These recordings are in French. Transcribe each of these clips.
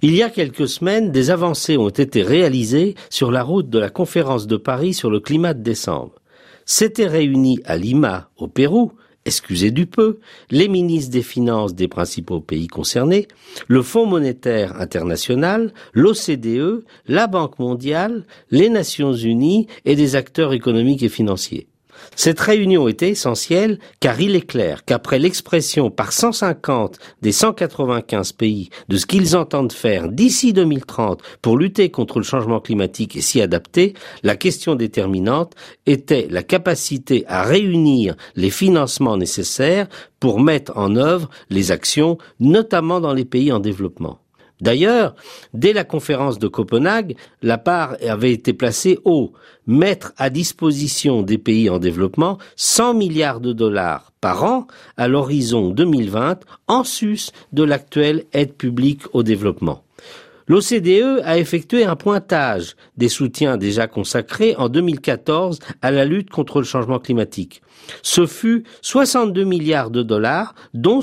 Il y a quelques semaines, des avancées ont été réalisées sur la route de la conférence de Paris sur le climat de décembre. S'étaient réunis à Lima, au Pérou, excusez du peu, les ministres des Finances des principaux pays concernés, le Fonds monétaire international, l'OCDE, la Banque mondiale, les Nations unies et des acteurs économiques et financiers. Cette réunion était essentielle car il est clair qu'après l'expression par 150 des 195 pays de ce qu'ils entendent faire d'ici 2030 pour lutter contre le changement climatique et s'y adapter, la question déterminante était la capacité à réunir les financements nécessaires pour mettre en œuvre les actions, notamment dans les pays en développement. D'ailleurs, dès la conférence de Copenhague, la barre avait été placée haut, mettre à disposition des pays en développement 100 milliards de dollars par an à l'horizon 2020, en sus de l'actuelle aide publique au développement. L'OCDE a effectué un pointage des soutiens déjà consacrés en 2014 à la lutte contre le changement climatique. Ce fut 62 milliards de dollars, dont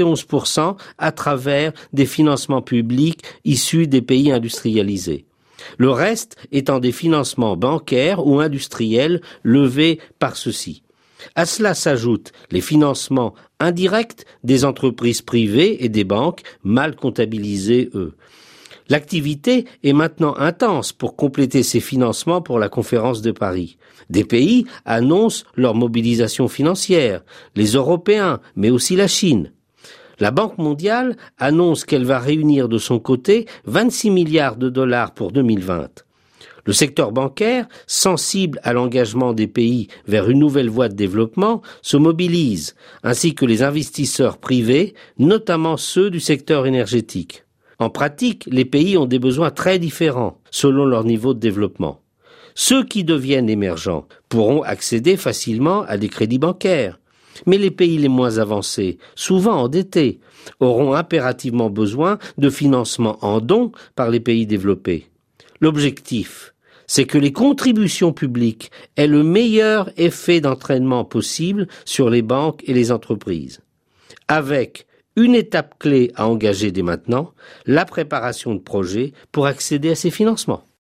71% à travers des financements publics issus des pays industrialisés. Le reste étant des financements bancaires ou industriels levés par ceux-ci. À cela s'ajoutent les financements indirects des entreprises privées et des banques, mal comptabilisés eux. L'activité est maintenant intense pour compléter ces financements pour la conférence de Paris. Des pays annoncent leur mobilisation financière, les Européens, mais aussi la Chine. La Banque mondiale annonce qu'elle va réunir de son côté 26 milliards de dollars pour 2020. Le secteur bancaire, sensible à l'engagement des pays vers une nouvelle voie de développement, se mobilise, ainsi que les investisseurs privés, notamment ceux du secteur énergétique. En pratique, les pays ont des besoins très différents selon leur niveau de développement. Ceux qui deviennent émergents pourront accéder facilement à des crédits bancaires. Mais les pays les moins avancés, souvent endettés, auront impérativement besoin de financement en dons par les pays développés. L'objectif, c'est que les contributions publiques aient le meilleur effet d'entraînement possible sur les banques et les entreprises. Avec une étape clé à engager dès maintenant, la préparation de projets pour accéder à ces financements.